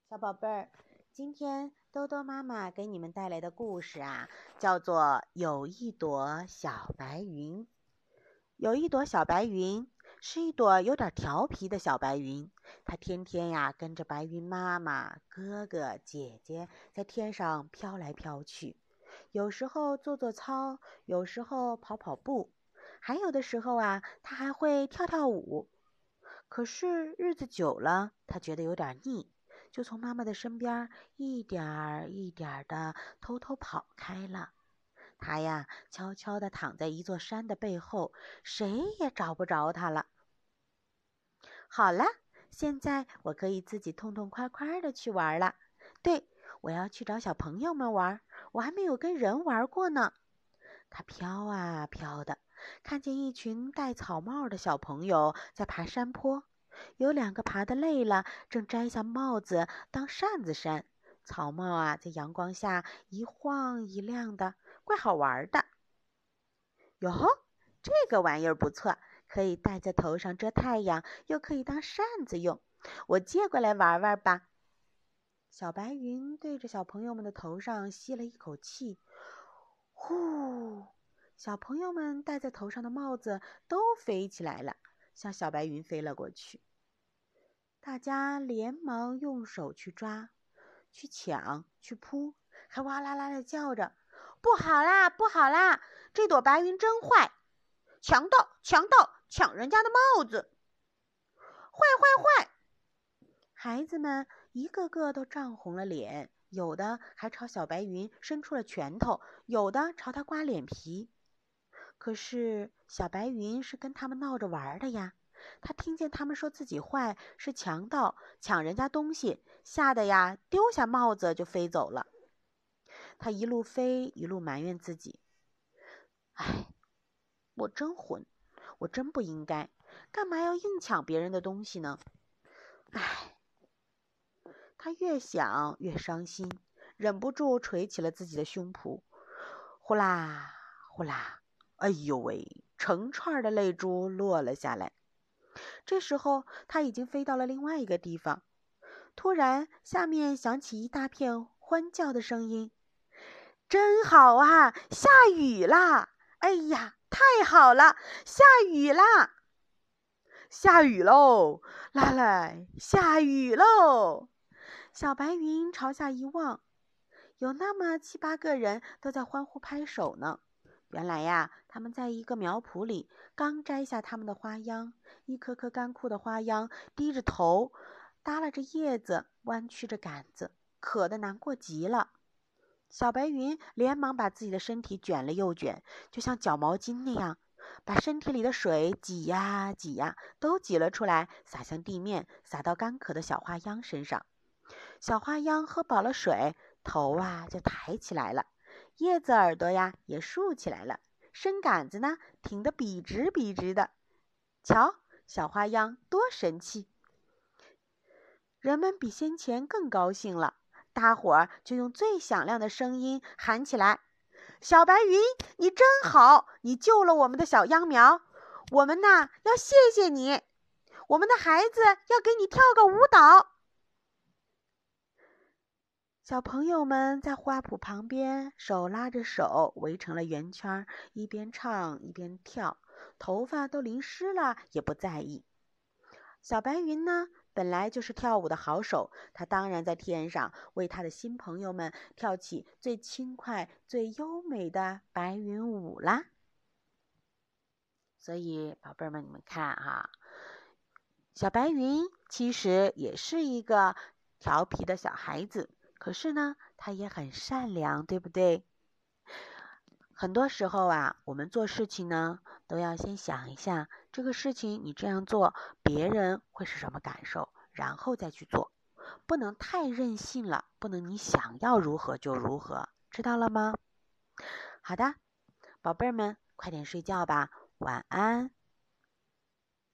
小宝贝儿，今天兜兜妈妈给你们带来的故事叫做《有一朵小白云》。有一朵小白云，是一朵有点调皮的小白云。它天天跟着白云妈妈、哥哥、姐姐在天上飘来飘去，有时候做做操，有时候跑跑步，还有的时候它还会跳跳舞。可是日子久了，它觉得有点腻，就从妈妈的身边一点儿一点儿的偷偷跑开了。它悄悄地躺在一座山的背后，谁也找不着它了。好了，现在我可以自己痛痛快快地去玩了。对，我要去找小朋友们玩，我还没有跟人玩过呢。它飘啊飘的，看见一群戴草帽的小朋友在爬山坡，有2个爬得累了，正摘下帽子当扇子扇。草帽在阳光下一晃一亮的，怪好玩的。哟吼，这个玩意儿不错，可以戴在头上遮太阳，又可以当扇子用。我借过来玩玩吧。小白云对着小朋友们的头上吸了一口气，呼！小朋友们戴在头上的帽子都飞起来了，向小白云飞了过去。大家连忙用手去抓、去抢、去扑，还哇啦啦地叫着：“不好啦，不好啦！这朵白云真坏！强盗，强盗，抢人家的帽子！坏坏坏！”孩子们一个个都涨红了脸，有的还朝小白云伸出了拳头，有的朝他刮脸皮。可是小白云是跟他们闹着玩的呀，他听见他们说自己坏，是强盗，抢人家东西，吓得丢下帽子就飞走了。他一路飞一路埋怨自己：“哎，我真混，我真不应该，干嘛要硬抢别人的东西呢？哎。”他越想越伤心，忍不住捶起了自己的胸脯，呼啦呼啦，哎呦喂，成串的泪珠落了下来。这时候他已经飞到了另外一个地方，突然下面响起一大片欢叫的声音：“真好啊，下雨啦！哎呀，太好了，下雨啦！下雨喽，来来，下雨喽！”小白云朝下一望，有那么7、8个人都在欢呼拍手呢。原来他们在一个苗圃里刚摘下他们的花秧，一颗颗干枯的花秧，低着头，耷拉着叶子，弯曲着杆子，渴得难过极了。小白云连忙把自己的身体卷了又卷，就像绞毛巾那样，把身体里的水挤呀挤呀，都挤了出来，洒向地面，洒到干渴的小花秧身上。小花秧喝饱了水，头就抬起来了，叶子耳朵也竖起来了，身杆子呢挺得笔直笔直的。瞧，小花秧多神气！人们比先前更高兴了，大伙儿就用最响亮的声音喊起来：“小白云，你真好，你救了我们的小秧苗，我们要谢谢你，我们的孩子要给你跳个舞蹈。”小朋友们在花圃旁边手拉着手围成了圆圈，一边唱一边跳，头发都淋湿了也不在意。小白云呢，本来就是跳舞的好手，他当然在天上为他的新朋友们跳起最轻快最优美的白云舞啦。所以宝贝们，你们看小白云其实也是一个调皮的小孩子，可是呢，他也很善良，对不对？很多时候我们做事情呢，都要先想一下，这个事情你这样做，别人会是什么感受，然后再去做，不能太任性了，不能你想要如何就如何，知道了吗？好的，宝贝们，快点睡觉吧，晚安。